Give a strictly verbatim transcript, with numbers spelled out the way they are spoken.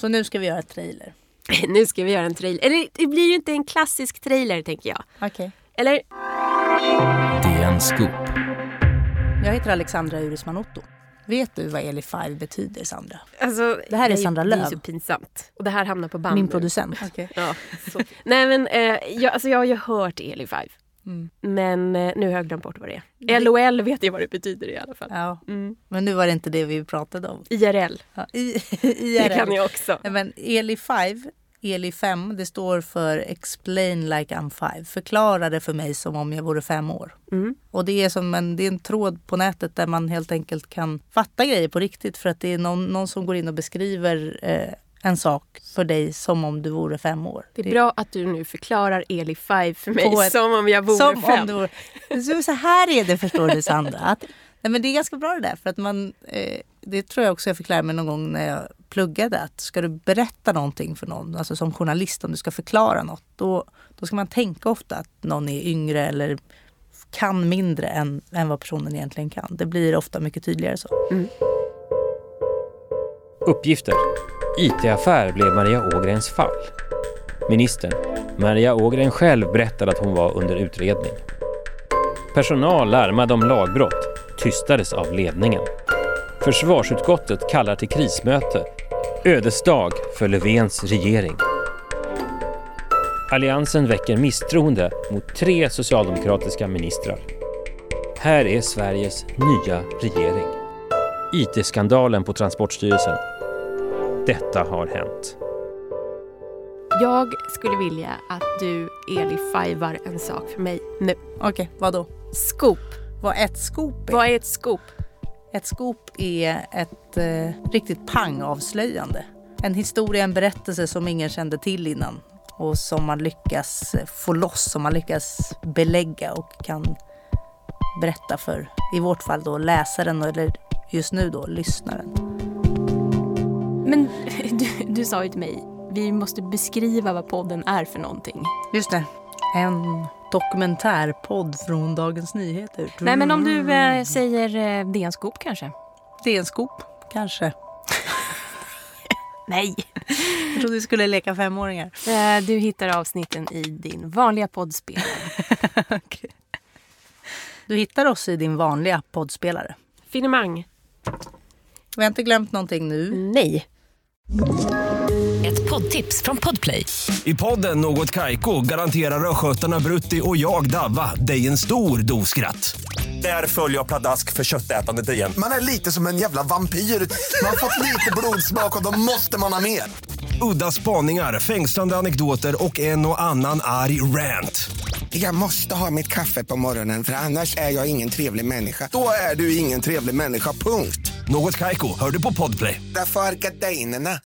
Så nu ska vi göra ett trailer. Nu ska vi göra en trailer. Eller det blir ju inte en klassisk trailer, tänker jag. Okej. Okay. Eller? Det är en scoop. Jag heter Alexandra Urisman Otto. Vet du vad Eli Five betyder, Sandra? Alltså, det här är Sandra Löv. Det är så pinsamt. Och det här hamnar på band. Min producent. Okay. Ja, så. Nej, men eh, jag, alltså, jag har ju hört Eli Five. Mm. Men eh, nu har jag glömt bort vad det är. Det... L O L vet jag vad det betyder i alla fall. Ja, mm. Men nu var det inte det vi pratade om. I R L. Ja, I, I R L. Det kan jag också. Men Eli Five, Eli fem, det står för Explain like I'm five. Förklara det för mig som om jag vore fem år. Mm. Och det är som en, det är en tråd på nätet där man helt enkelt kan fatta grejer på riktigt. För att det är någon, någon som går in och beskriver eh, en sak för dig som om du vore fem år. Det är det... bra att du nu förklarar Eli Five för mig ett, som om jag vore som fem. Om du vore, så, så här är det, förstår du, Sandra. Att, nej, men det är ganska bra det där. För att man, eh, det tror jag också jag förklarade mig någon gång när jag pluggade. Att ska du berätta någonting för någon, alltså som journalist, om du ska förklara något, då, då ska man tänka ofta att någon är yngre eller kan mindre än, än vad personen egentligen kan. Det blir ofta mycket tydligare så. Mm. Uppgifter. I T-affär blev Maria Ågrens fall. Ministern, Maria Ågren själv berättade att hon var under utredning. Personal larmade om lagbrott, tystades av ledningen. Försvarsutskottet kallar till krismöte. Ödesdag för Löfvens regering. Alliansen väcker misstroende mot tre socialdemokratiska ministrar. Här är Sveriges nya regering. I T-skandalen på Transportstyrelsen. Detta har hänt. Jag skulle vilja att du Eli Fivar en sak för mig nu. Okej, okay, vad då? Scoop. Vad ett scoop är? Vad är ett scoop? Ett scoop är ett eh, riktigt pangavslöjande. En historia, en berättelse som ingen kände till innan. Och som man lyckas få loss, som man lyckas belägga och kan berätta för, i vårt fall då, läsaren eller just nu då, lyssnaren. Men du, du sa ju till mig, vi måste beskriva vad podden är för någonting. Just det, en dokumentärpodd från Dagens Nyheter. Nej, men om du eh, säger eh, det är en scoop kanske? Det är en scoop, kanske. Nej. Jag trodde vi skulle leka femåringar. Eh, du hittar avsnitten i din vanliga poddspelare. Okay. Du hittar oss i din vanliga poddspelare. Finemang. Vi har inte glömt någonting nu. Nej. Ett poddtips från Podplay. I podden Något Kaiko garanterar röskötarna Brutti och jag Davva dig en stor doskratt. Där följer jag pladask för köttätandet igen. Man är lite som en jävla vampyr. Man har fått lite blodsmak och då måste man ha mer. Udda spaningar, fängslande anekdoter och en och annan arg rant. Jag måste ha mitt kaffe på morgonen för annars är jag ingen trevlig människa. Då är du ingen trevlig människa, punkt. Något Kaiko, hör du på Podplay. Därför är gardinerna.